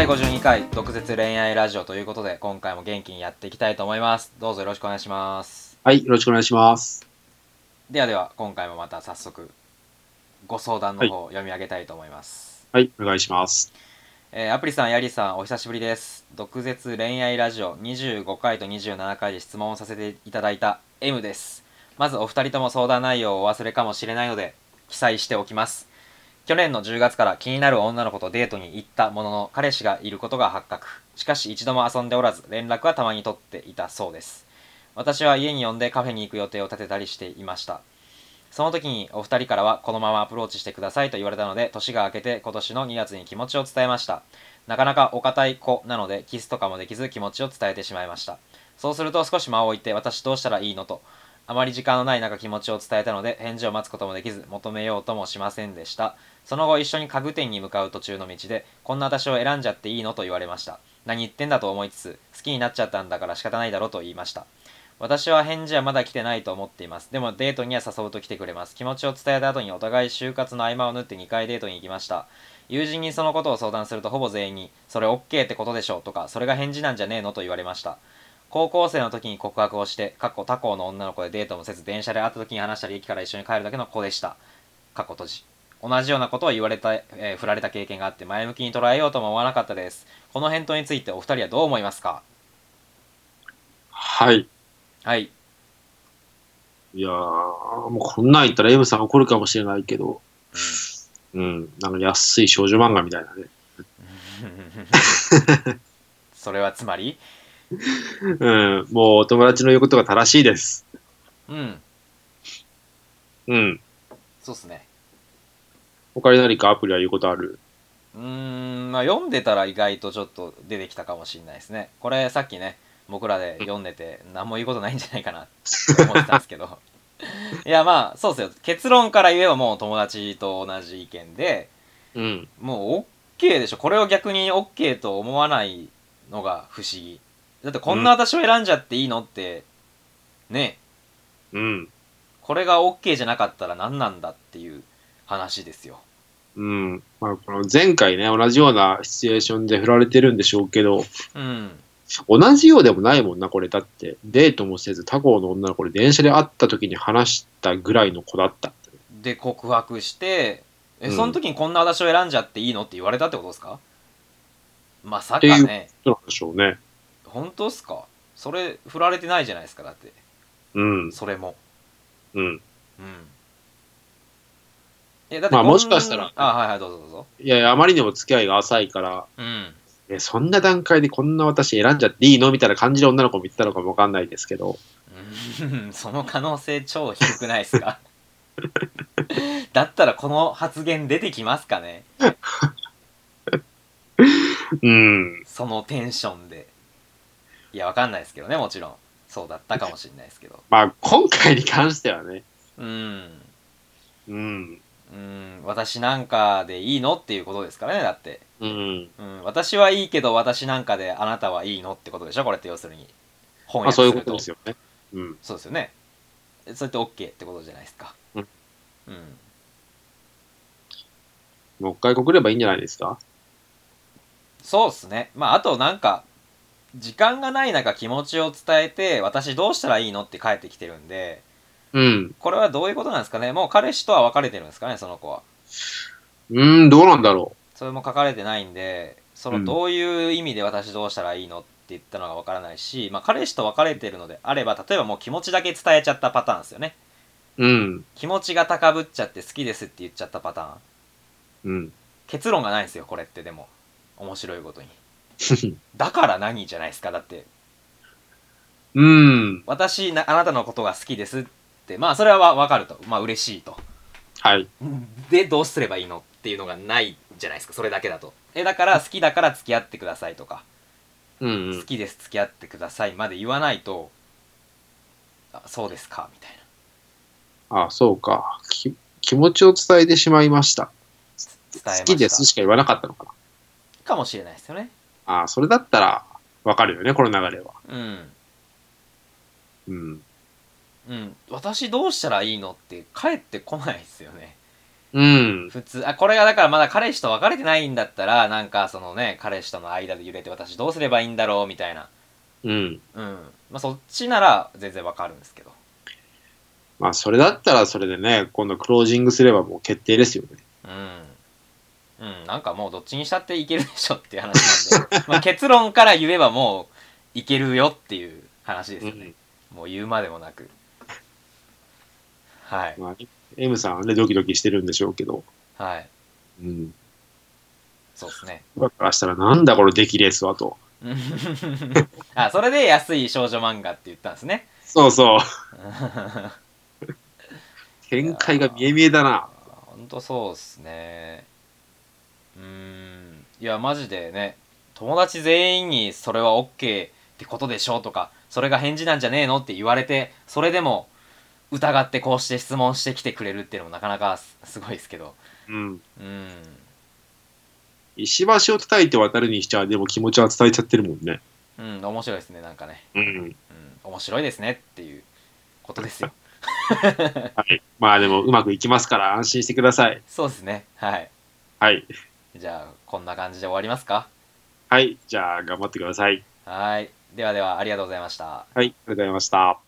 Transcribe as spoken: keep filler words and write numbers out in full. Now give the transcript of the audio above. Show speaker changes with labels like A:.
A: ごじゅうにかい毒舌恋愛ラジオということで、今回も元気にやっていきたいと思います。どうぞよろしくお願いします。
B: はい、よろしくお願いします。
A: ではでは、今回もまた早速ご相談の
B: はい、
A: 方を読み上げたいと思います。
B: はい、お願いします。
A: えーアプリさん、ヤリさん、お久しぶりです。毒舌恋愛ラジオにじゅうごかいとにじゅうななかいで質問をさせていただいた M です。まずお二人とも相談内容をお忘れかもしれないので記載しておきます。去年のじゅうがつから気になる女の子とデートに行ったものの、彼氏がいることが発覚。しかし一度も遊んでおらず、連絡はたまに取っていたそうです。私は家に呼んでカフェに行く予定を立てたりしていました。その時にお二人からはこのままアプローチしてくださいと言われたので、年が明けて今年のにがつに気持ちを伝えました。なかなかお堅い子なのでキスとかもできず気持ちを伝えてしまいました。そうすると少し間を置いて、私どうしたらいいのと、あまり時間のない中気持ちを伝えたので、返事を待つこともできず求めようともしませんでした。その後一緒に家具店に向かう途中の道で、こんな私を選んじゃっていいのと言われました。何言ってんだと思いつつ、好きになっちゃったんだから仕方ないだろうと言いました。私は返事はまだ来てないと思っています。でもデートには誘うと来てくれます。気持ちを伝えた後にお互い就活の合間を縫ってにかいデートに行きました。友人にそのことを相談すると、ほぼ全員にそれ OK ってことでしょとか、それが返事なんじゃねえのと言われました。高校生の時に告白をして、過去他校の女の子でデートもせず、電車で会った時に話したり駅から一緒に帰るだけの子でした。過去閉じ。同じようなことを言われた、えー振られた経験があって、前向きに捉えようとも思わなかったです。この返答についてお二人はどう思いますか？
B: はい。
A: はい。
B: いやー、もうこんなん言ったら M さん怒るかもしれないけど、
A: うん。
B: うん、なんか安い少女漫画みたいなね。
A: それはつまり。
B: うん、もうお友達の言うことが正しいです。
A: うん。
B: うん。
A: そうっすね。
B: 他に何かアプリは言うことある？
A: うーん、まあ読んでたら意外とちょっと出てきたかもしれないですね。これさっきね、僕らで読んでて何も言うことないんじゃないかなって思ってたんですけど。いやまあ、そうっすよ。結論から言えばもう友達と同じ意見で、
B: うん、
A: もう OK でしょ。これを逆に OK と思わないのが不思議。だってこんな
B: うん、
A: 私を選んじゃっていいのって、ね、
B: うん、
A: これが OK じゃなかったら何なんだっていう話ですよ。
B: うん。まあ、この前回ね、同じようなシチュエーションで振られてるんでしょうけど、
A: うん。
B: 同じようでもないもんな、これ。だって、デートもせず他校の女の子で電車で会った時に話したぐらいの子だった。
A: で告白して、え、その
B: うん。
A: 時にこんな私を選んじゃっていいのって言われたってことですか？まさ
B: っていうこ
A: かね。
B: となんでしょうね。
A: 本当っすか？それ振られてないじゃないですか。だって
B: うん。
A: それも。
B: うん。
A: うんえだって
B: まあ
A: こ
B: もしかした
A: ん
B: ら、
A: あはいはい、どうぞどうぞ。
B: いやいや、あまりにも付き合いが浅いから、
A: うん
B: え、そんな段階でこんな私選んじゃっていいのみたいな感じで女の子も言ったのかもわかんないですけど。
A: うんその可能性超低くないですか？だったらこの発言出てきますかね？
B: うん。
A: そのテンションで。いやわかんないですけどね、もちろんそうだったかもしれないですけど。
B: まあ今回に関してはね。
A: うん
B: うん。
A: うん私なんかでいいのっていうことですからね。だって
B: うん。
A: うん、私はいいけど私なんかであなたはいいのってことでしょ、これって要するに。翻
B: まあそういうこ
A: 訳すると。
B: とですよね。うん。
A: そうですよね。それって OK ってことじゃないですか。
B: うん。
A: うん。
B: もう一回告ればいいんじゃないですか？
A: そうっすね。まあ、あとなんか、時間がない中気持ちを伝えて、私どうしたらいいのって帰ってきてるんで、
B: うん。
A: これはどういうことなんですかね。もう彼氏とは別れてるんですかね、その子は。
B: うん、どうなんだろ
A: それも書かれてないんで、そ
B: う。うん。
A: のどういう意味で私どうしたらいいのって言ったのがわからないし、まあ彼氏と別れてるのであれば、例えばもう気持ちだけ伝えちゃったパターンですよね。
B: うん。
A: 気持ちが高ぶっちゃって好きですって言っちゃったパターン。
B: うん。
A: 結論がないんですよ、これって。でも面白いことに。だから何じゃないですか。だって
B: うん。
A: 私なあなたのことが好きですって、まあそれは分かると、まあ嬉しいと。
B: はい。
A: でどうすればいいのっていうのがないじゃないですか、それだけだと。えだから好きだから付き合ってくださいとか、
B: うんうん。
A: 好きです付き合ってくださいまで言わないと、あそうですかみたい
B: あ、そうか。き、気持ちを伝えてしまいました。好
A: な伝え
B: き
A: ました
B: ですしか言わなかったのかな。
A: かもしれないですよね。
B: ああ、それだったらわかるよね、この流れは。
A: うん
B: うん。
A: うん私どうしたらいいのって返ってこないですよね。
B: うん。
A: 普通、あ、これがだからまだ彼氏と別れてないんだったら、なんかそのね、彼氏との間で揺れて私どうすればいいんだろうみたいな。
B: うん。
A: うん。まあそっちなら全然わかるんですけど。
B: まあ、それだったらそれでね、今度クロージングすればもう決定ですよね。
A: うん。うん、なんかもうどっちにしたっていけるでしょっていう話なんで、まあ結論から言えばもういけるよっていう話ですよね。
B: うん。
A: もう言うまでもなく。はい。
B: まあ、M さんはね、ドキドキしてるんでしょうけど。
A: はい。
B: うん。
A: そうですね。
B: だからしたらなんだこの出来レースはと。
A: あ、それで安い少女漫画って言ったんですね。
B: そうそう。
A: いや
B: 展開が見え見えだ
A: ー、
B: な。
A: ほんとそうっすね。うーん。いや、マジでね、友達全員にそれは OK ってことでしょとか、それが返事なんじゃねえのって言われて、それでも疑ってこうして質問してきてくれるっていうのもなかなかすすごいですけど。
B: うん。
A: うーん。
B: 石橋を叩いて渡るにしちゃ、でも気持ちは伝えちゃってるもんね。
A: うん、面白いですね、なんかね。
B: うん。
A: うん、面白いですねっていうことですよ。
B: はい。まあでもうまくいきますから安心してください。
A: そうですね。はい。
B: はい。
A: じゃあ、こんな感じで終わりますか？
B: はい。じゃあ頑張ってください。
A: はい。ではでは、ありがとうございました。
B: はい。ありがとうございました。